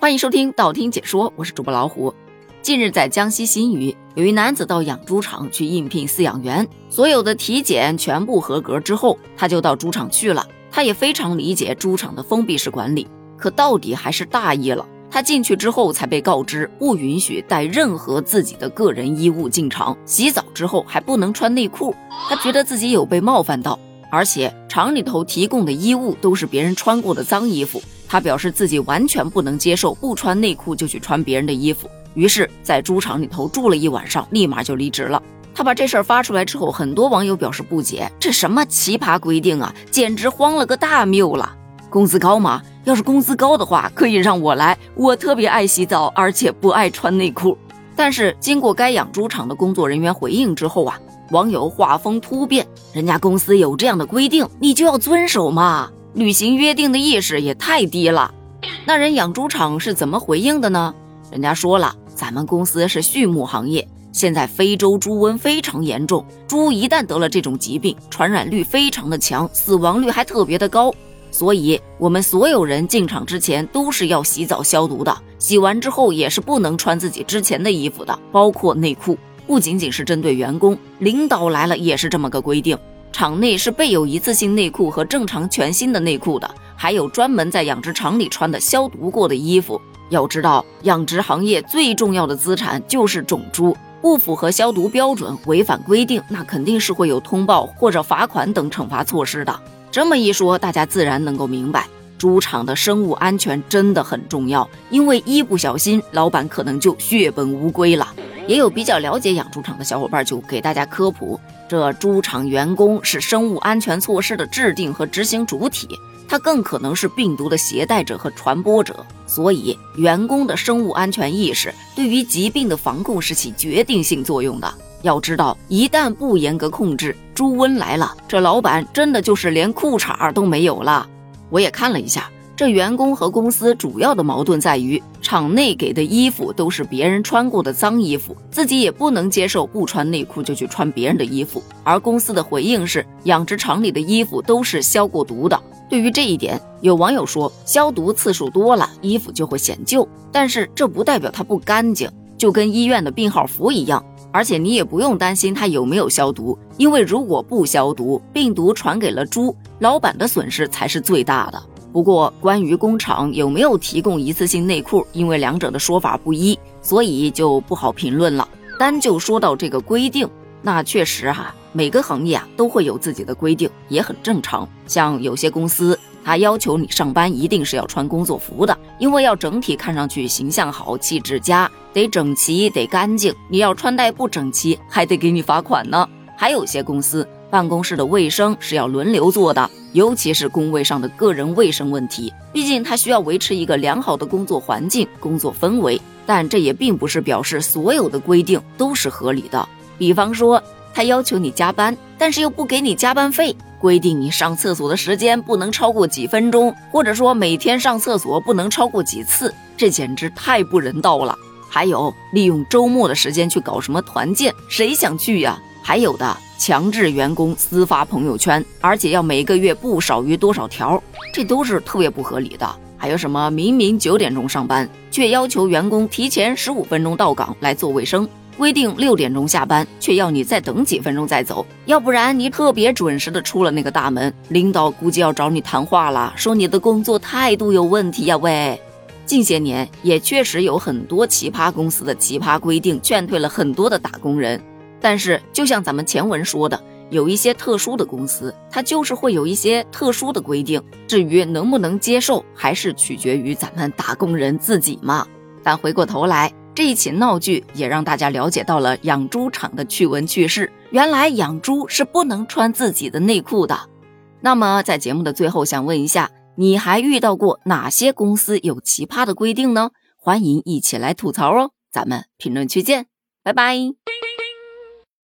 欢迎收听道听解说，我是主播老虎。近日在江西新余，有一男子到养猪场去应聘饲养员，所有的体检全部合格之后，他就到猪场去了。他也非常理解猪场的封闭式管理，可到底还是大意了。他进去之后才被告知不允许带任何自己的个人衣物进场，洗澡之后还不能穿内裤。他觉得自己有被冒犯到，而且厂里头提供的衣物都是别人穿过的脏衣服，他表示自己完全不能接受不穿内裤就去穿别人的衣服，于是在猪场里头住了一晚上，立马就离职了。他把这事儿发出来之后，很多网友表示不解，这什么奇葩规定啊，简直荒了个大谬了。工资高吗？要是工资高的话，可以让我来，我特别爱洗澡，而且不爱穿内裤。但是经过该养猪场的工作人员回应之后啊，网友画风突变，人家公司有这样的规定，你就要遵守嘛，履行约定的意识也太低了。那人养猪场是怎么回应的呢？人家说了，咱们公司是畜牧行业，现在非洲猪瘟非常严重，猪一旦得了这种疾病，传染率非常的强，死亡率还特别的高，所以我们所有人进场之前都是要洗澡消毒的，洗完之后也是不能穿自己之前的衣服的，包括内裤。不仅仅是针对员工，领导来了也是这么个规定。场内是备有一次性内裤和正常全新的内裤的，还有专门在养殖场里穿的消毒过的衣服。要知道，养殖行业最重要的资产就是种猪，不符合消毒标准，违反规定，那肯定是会有通报或者罚款等惩罚措施的。这么一说，大家自然能够明白，猪场的生物安全真的很重要，因为一不小心，老板可能就血本无归了。也有比较了解养猪场的小伙伴就给大家科普，这猪场员工是生物安全措施的制定和执行主体，他更可能是病毒的携带者和传播者，所以员工的生物安全意识对于疾病的防控是起决定性作用的。要知道，一旦不严格控制，猪瘟来了，这老板真的就是连裤衩都没有了。我也看了一下，这员工和公司主要的矛盾在于，厂内给的衣服都是别人穿过的脏衣服，自己也不能接受不穿内裤就去穿别人的衣服，而公司的回应是养殖场里的衣服都是消过毒的。对于这一点，有网友说消毒次数多了，衣服就会显旧，但是这不代表它不干净，就跟医院的病号服一样，而且你也不用担心它有没有消毒，因为如果不消毒，病毒传给了猪，老板的损失才是最大的。不过关于工厂有没有提供一次性内裤，因为两者的说法不一，所以就不好评论了。单就说到这个规定，那确实每个行业都会有自己的规定，也很正常。像有些公司他要求你上班一定是要穿工作服的，因为要整体看上去形象好，气质佳，得整齐得干净，你要穿戴不整齐还得给你罚款呢。还有些公司办公室的卫生是要轮流做的，尤其是工位上的个人卫生问题，毕竟它需要维持一个良好的工作环境、工作氛围，但这也并不是表示所有的规定都是合理的。比方说，他要求你加班，但是又不给你加班费，规定你上厕所的时间不能超过几分钟，或者说每天上厕所不能超过几次，这简直太不人道了。还有利用周末的时间去搞什么团建，谁想去呀？还有的强制员工私发朋友圈，而且要每个月不少于多少条，这都是特别不合理的。还有什么明明9点钟上班，却要求员工提前15分钟到岗来做卫生，规定6点钟下班，却要你再等几分钟再走，要不然你特别准时的出了那个大门，领导估计要找你谈话了，说你的工作态度有问题呀喂。近些年也确实有很多奇葩公司的奇葩规定劝退了很多的打工人，但是就像咱们前文说的，有一些特殊的公司，它就是会有一些特殊的规定，至于能不能接受，还是取决于咱们打工人自己嘛。但回过头来，这一起闹剧也让大家了解到了养猪场的趣闻趣事，原来养猪是不能穿自己的内裤的。那么在节目的最后，想问一下，你还遇到过哪些公司有奇葩的规定呢？欢迎一起来吐槽哦，咱们评论区见，拜拜。